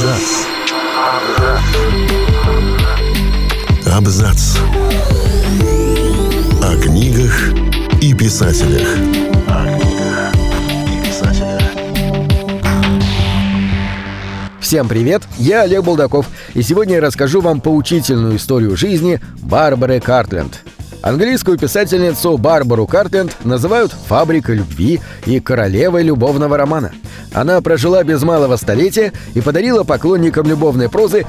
Абзац. Абзац. О книгах и писателях. Всем привет, я Олег Булдаков, и сегодня я расскажу вам поучительную историю жизни Барбары Картленд. Английскую писательницу Барбару Картленд называют «фабрикой любви» и «королевой любовного романа». Она прожила без малого столетия и подарила поклонникам любовной прозы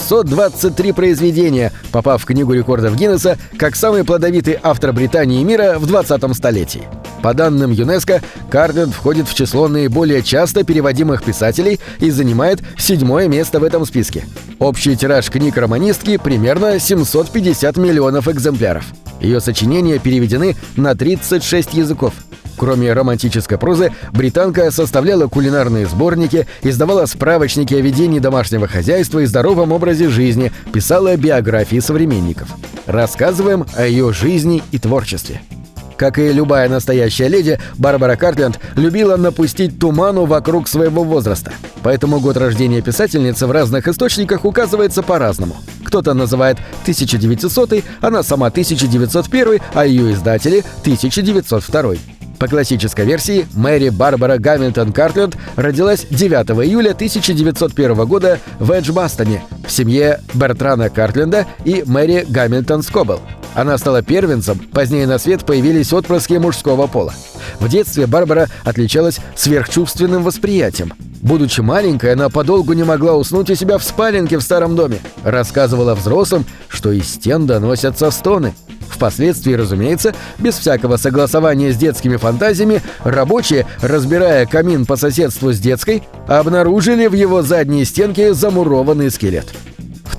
723 произведения, попав в Книгу рекордов Гиннесса как самый плодовитый автор Британии и мира в 20 столетии. По данным ЮНЕСКО, Картленд входит в число наиболее часто переводимых писателей и занимает 7-е место в этом списке. Общий тираж книг романистки примерно 750 миллионов экземпляров. Ее сочинения переведены на 36 языков. Кроме романтической прозы, британка составляла кулинарные сборники, издавала справочники о ведении домашнего хозяйства и здоровом образе жизни, писала биографии современников. Рассказываем о ее жизни и творчестве. Как и любая настоящая леди, Барбара Картленд любила напустить туману вокруг своего возраста. Поэтому год рождения писательницы в разных источниках указывается по-разному. Кто-то называет 1900-й, она сама 1901, а ее издатели — 1902. По классической версии, Мэри Барбара Гамильтон Картленд родилась 9 июля 1901 года в Эджбастоне в семье Бертрана Картленда и Мэри Гамильтон Скобел. Она стала первенцем, позднее на свет появились отпрыски мужского пола. В детстве Барбара отличалась сверхчувственным восприятием. Будучи маленькой, она подолгу не могла уснуть у себя в спаленке в старом доме. Рассказывала взрослым, что из стен доносятся стоны. Впоследствии, разумеется, без всякого согласования с детскими фантазиями, рабочие, разбирая камин по соседству с детской, обнаружили в его задней стенке замурованный скелет. В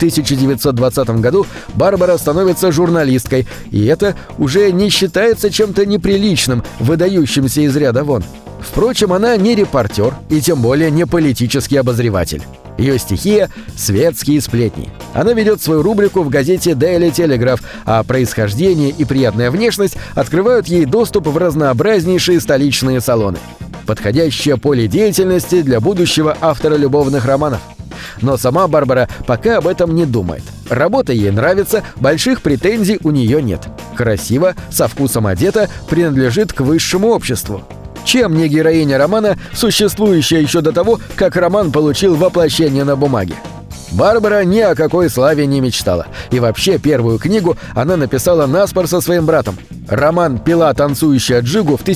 1920 году Барбара становится журналисткой, и это уже не считается чем-то неприличным, выдающимся из ряда вон. Впрочем, она не репортер и тем более не политический обозреватель. Ее стихия — светские сплетни. Она ведет свою рубрику в газете Daily Telegraph, а происхождение и приятная внешность открывают ей доступ в разнообразнейшие столичные салоны. Подходящее поле деятельности для будущего автора любовных романов. Но сама Барбара пока об этом не думает. Работа ей нравится, больших претензий у нее нет. Красиво, со вкусом одета, принадлежит к высшему обществу. Чем не героиня романа, существующая еще до того, как роман получил воплощение на бумаге? Барбара ни о какой славе не мечтала. И вообще первую книгу она написала наспор со своим братом. Роман «Пила, танцующая джигу» в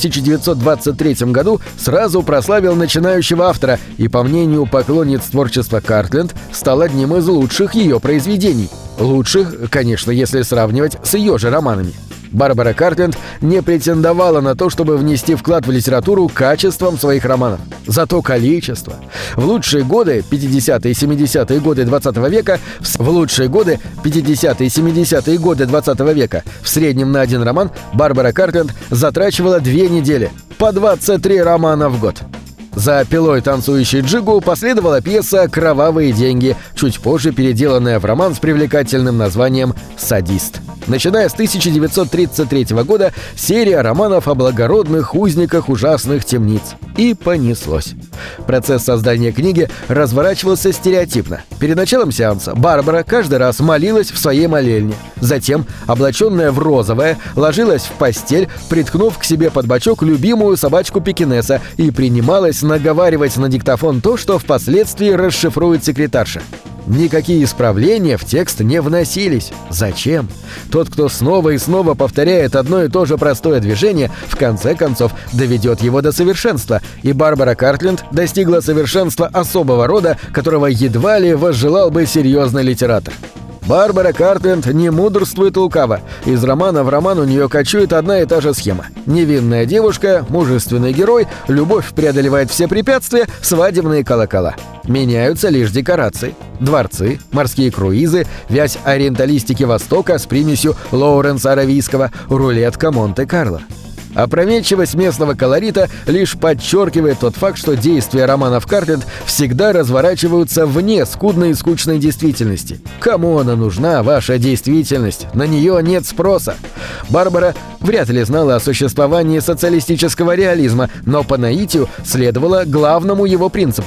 1923 году сразу прославил начинающего автора и, по мнению поклонниц творчества Картленд, стал одним из лучших ее произведений. Лучших, конечно, если сравнивать с ее же романами. Барбара Картленд не претендовала на то, чтобы внести вклад в литературу качеством своих романов. Зато количество. В лучшие годы, 50-е и 70-е годы 20 века, в среднем на один роман Барбара Картленд затрачивала 2 недели, по 23 романа в год. За «Пилой, танцующей джигу» последовала пьеса «Кровавые деньги», чуть позже переделанная в роман с привлекательным названием «Садист». Начиная с 1933 года серия романов о благородных узниках ужасных темниц. И понеслось. Процесс создания книги разворачивался стереотипно. Перед началом сеанса Барбара каждый раз молилась в своей молельне. Затем, облаченная в розовое, ложилась в постель, приткнув к себе под бочок любимую собачку пекинеса и принималась наговаривать на диктофон то, что впоследствии расшифрует секретарша. Никакие исправления в текст не вносились. Зачем? Тот, кто снова и снова повторяет одно и то же простое движение, в конце концов доведет его до совершенства, и Барбара Картленд достигла совершенства особого рода, которого едва ли возжелал бы серьезный литератор. Барбара Картленд не мудрствует лукаво. Из романа в роман у нее кочует одна и та же схема. Невинная девушка, мужественный герой, любовь преодолевает все препятствия, свадебные колокола. Меняются лишь декорации. Дворцы, морские круизы, вязь ориенталистики Востока с примесью Лоуренса Аравийского, рулетка Монте-Карло. Опрометчивость местного колорита лишь подчеркивает тот факт, что действия романов Картленд всегда разворачиваются вне скудной и скучной действительности. Кому она нужна, ваша действительность? На нее нет спроса. Барбара вряд ли знала о существовании социалистического реализма, но по наитию следовала главному его принципу.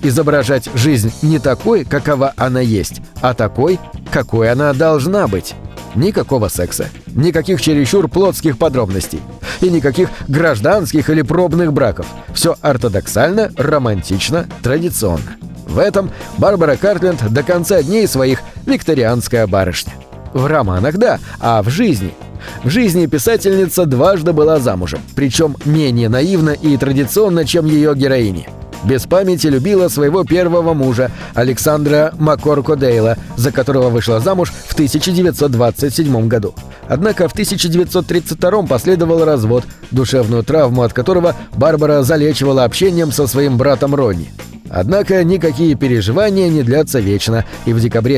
изображать жизнь не такой, какова она есть, а такой, какой она должна быть. Никакого секса, никаких чересчур плотских подробностей и никаких гражданских или пробных браков. Все ортодоксально, романтично, традиционно. В этом Барбара Картленд до конца дней своих викторианская барышня. В романах да, а в жизни? В жизни писательница дважды была замужем, причем менее наивно и традиционно, чем ее героини. Без памяти любила своего первого мужа, Александра Маккорко-Дейла, за которого вышла замуж в 1927 году. Однако в 1932 последовал развод, душевную травму от которого Барбара залечивала общением со своим братом Ронни. Однако никакие переживания не длятся вечно, и в декабре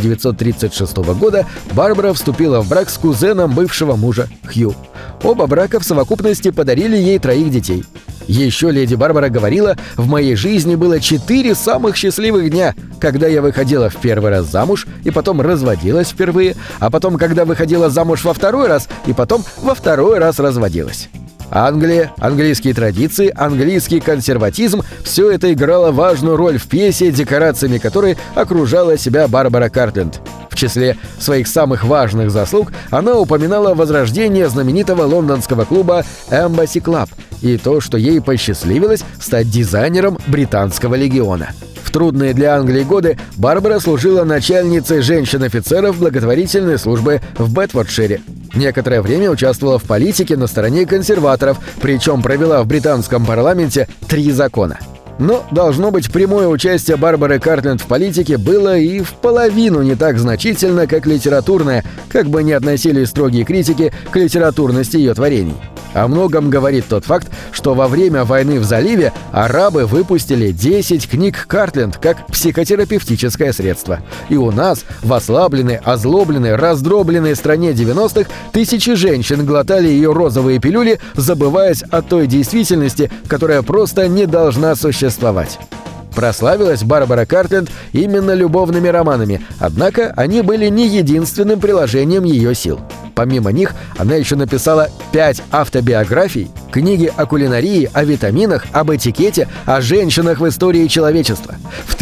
1936 года Барбара вступила в брак с кузеном бывшего мужа, Хью. Оба брака в совокупности подарили ей 3 детей. Еще леди Барбара говорила: «В моей жизни было 4 самых счастливых дня, когда я выходила в первый раз замуж и потом разводилась впервые, а потом, когда выходила замуж во второй раз и потом во второй раз разводилась». Англия, английские традиции, английский консерватизм – все это играло важную роль в пьесе, декорациями которой окружала себя Барбара Картленд. В числе своих самых важных заслуг она упоминала возрождение знаменитого лондонского клуба Embassy Club и то, что ей посчастливилось стать дизайнером британского легиона. В трудные для Англии годы Барбара служила начальницей женщин-офицеров благотворительной службы в Бетфордшире. Некоторое время участвовала в политике на стороне консерваторов, причем провела в британском парламенте 3 закона. Но, должно быть, прямое участие Барбары Картленд в политике было и в половину не так значительно, как литературное, как бы ни относились строгие критики к литературности ее творений. О многом говорит тот факт, что во время войны в заливе арабы выпустили 10 книг Картленд как психотерапевтическое средство. И у нас, в ослабленной, озлобленной, раздробленной стране 90-х, тысячи женщин глотали ее розовые пилюли, забываясь о той действительности, которая просто не должна существовать. Прославилась Барбара Картленд именно любовными романами, однако они были не единственным приложением ее сил. Помимо них, она еще написала 5 автобиографий, книги о кулинарии, о витаминах, об этикете, о женщинах в истории человечества. В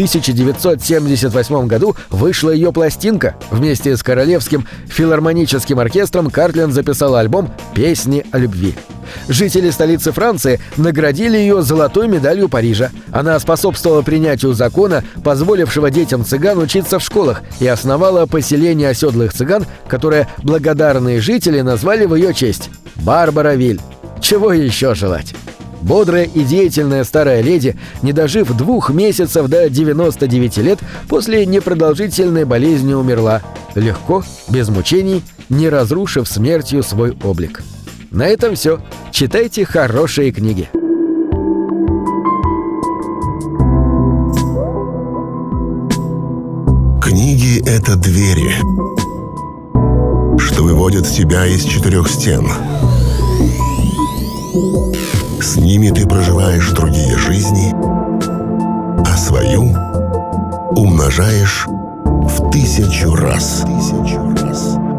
1978 году вышла ее пластинка. Вместе с Королевским филармоническим оркестром Картленд записала альбом «Песни о любви». Жители столицы Франции наградили ее золотой медалью Парижа. Она способствовала принятию закона, позволившего детям цыган учиться в школах, и основала поселение оседлых цыган, которое благодарные жители назвали в ее честь – Барбаравиль. Чего еще желать? Бодрая и деятельная старая леди, не дожив 2 месяцев до 99 лет, после непродолжительной болезни умерла. Легко, без мучений, не разрушив смертью свой облик. На этом все. Читайте хорошие книги. Книги — это двери, что выводят тебя из 4 стен. С ними ты проживаешь другие жизни, а свою умножаешь в 1000 раз.